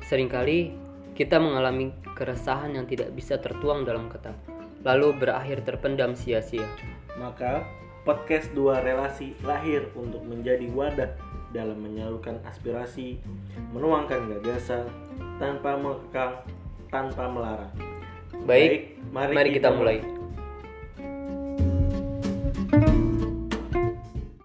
Seringkali kita mengalami keresahan yang tidak bisa tertuang dalam kata, lalu berakhir terpendam sia-sia. Maka podcast Dua Relasi lahir untuk menjadi wadah dalam menyalurkan aspirasi, menuangkan gagasan tanpa mengekang, tanpa melarang. Baik, mari kita mulai.